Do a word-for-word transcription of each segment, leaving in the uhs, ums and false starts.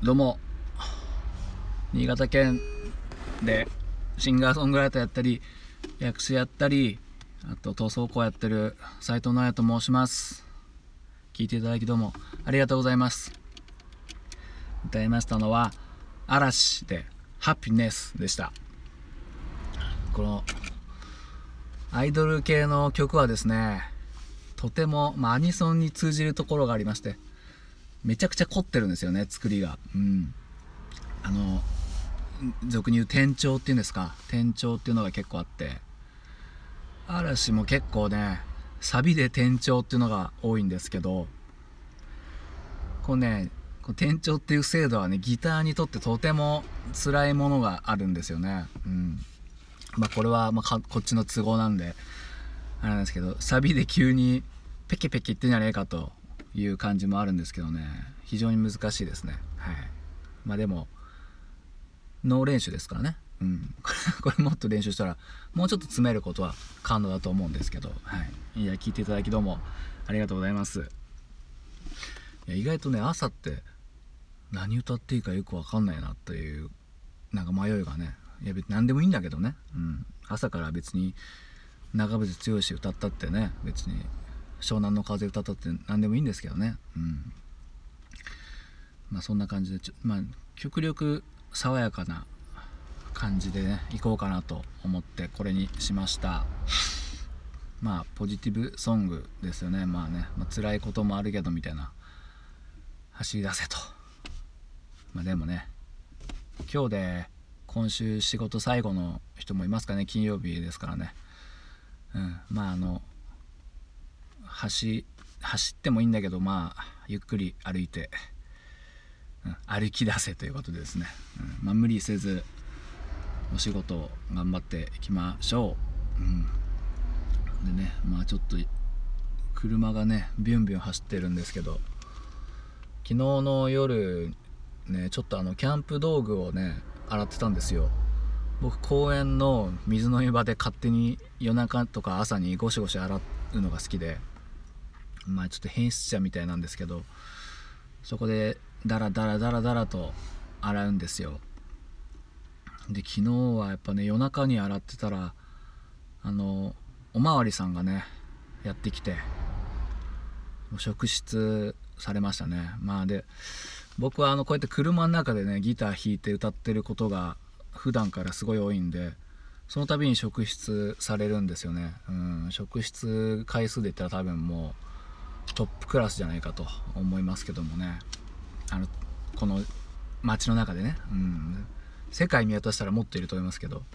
どうも、新潟県でシンガーソングライターやったり役者やったり、あと塗装工やってる斉藤直也と申します。聞いていただきどうもありがとうございます。歌いましたのは嵐でハピネスでした。このアイドル系の曲はですね、とても、まあ、アニソンに通じるところがありまして、めちゃくちゃ凝ってるんですよね、作りが。うん、あの俗に言う転調っていうんですか、転調っていうのが結構あって、嵐も結構ねサビで転調っていうのが多いんですけど、こうねこう転調っていう制度はねギターにとってとても辛いものがあるんですよね。うん、まあこれはまあこっちの都合なんであれなんですけど、サビで急にペケペケ言ってんじゃねえかという感じもあるんですけどね、非常に難しいですね。はい。まあでもノー練習ですからね。うん、これもっと練習したらもうちょっと詰めることは可能だと思うんですけど、はい、いや聞いていただきどうもありがとうございます。いや意外とね朝って何歌っていいかよく分かんないなっていうなんか迷いがね、いや別に何でもいいんだけどね、うん、朝から別に長渕剛歌ったってね、別に湘南の風歌ったって何でもいいんですけどね、うん、まあそんな感じでちょ、まあ、極力爽やかな感じでね行こうかなと思ってこれにしました。まあポジティブソングですよね。まあね、まあ、辛いこともあるけどみたいな、走り出せと。まあでもね、今日で今週仕事最後の人もいますかね。金曜日ですからね。うん、まああの走走ってもいいんだけど、まあゆっくり歩いて、うん、歩き出せということでですね、うん、まあ無理せずお仕事を頑張っていきましょう。うん、でね、まあちょっと車がねビュンビュン走ってるんですけど、昨日の夜ねちょっとあのキャンプ道具をね洗ってたんですよ。僕公園の水飲み場で勝手に夜中とか朝にゴシゴシ洗うのが好きで、まあちょっと変質者みたいなんですけど、そこでダラダラダラダラと洗うんですよ。で昨日はやっぱね夜中に洗ってたらあのおまわりさんがねやってきて職質されましたね。まあで僕はあのこうやって車の中でねギター弾いて歌ってることが普段からすごい多いんで、その度に職質されるんですよね。うん、職質回数で言ったら多分もうトップクラスじゃないかと思いますけどもね、あのこの街の中でね、うん、世界見渡したらもっといると思いますけど、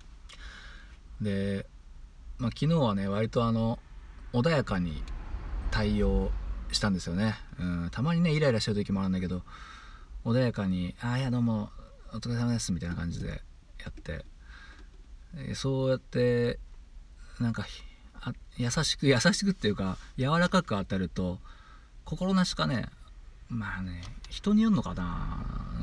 で、まあ、昨日はね割とあの穏やかに対応したんですよね。うん、たまにねイライラしてる時もあるんだけど、穏やかに「ああいやどうもお疲れ様です」みたいな感じでやって、えそうやってなんかあ優しく優しくっていうか柔らかく当たると心なしかね、まあね人によるのかな、うん、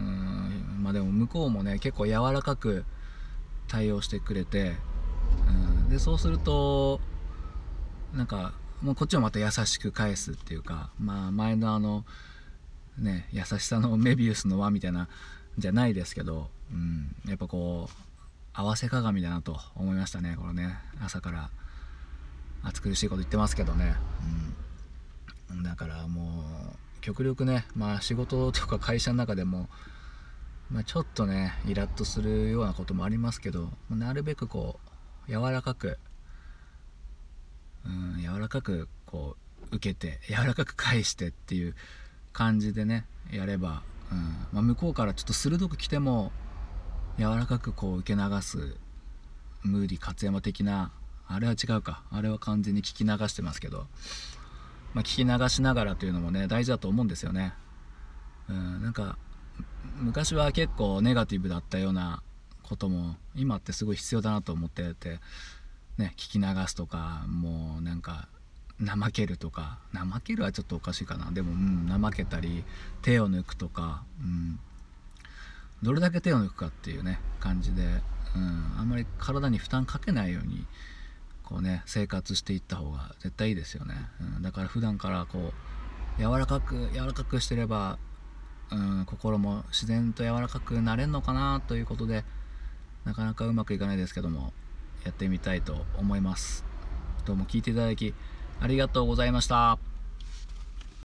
まあでも向こうもね結構柔らかく対応してくれて、うん、でそうするとなんかもうこっちもまた優しく返すっていうか、まあ前のあのね優しさのメビウスの輪みたいなじゃないですけど、うん、やっぱこう合わせ鏡だなと思いましたね。これね朝から暑苦しいこと言ってますけどね、うん、だからもう極力ね、まあ仕事とか会社の中でも、まあ、ちょっとねイラッとするようなこともありますけど、なるべくこう柔らかく、うん、柔らかくこう受けて柔らかく返してっていう感じでねやれば、うんまあ、向こうからちょっと鋭く来ても柔らかくこう受け流す、ムーディ勝山的な、あれは違うか、あれは完全に聞き流してますけど、まあ、聞き流しながらというのもね大事だと思うんですよね。うん、なんか昔は結構ネガティブだったようなことも今ってすごい必要だなと思ってて、ね、聞き流すとか、もうなんか怠けるとか、怠けるはちょっとおかしいかな、でも、うん、怠けたり手を抜くとか、うん、どれだけ手を抜くかっていうね感じで、うん、あんまり体に負担かけないようにこうね生活していった方が絶対いいですよね。うん、だから普段からこう柔らかく柔らかくしてればうん、心も自然と柔らかくなれるのかなということで、なかなかうまくいかないですけども、やってみたいと思います。どうも聞いていただきありがとうございました。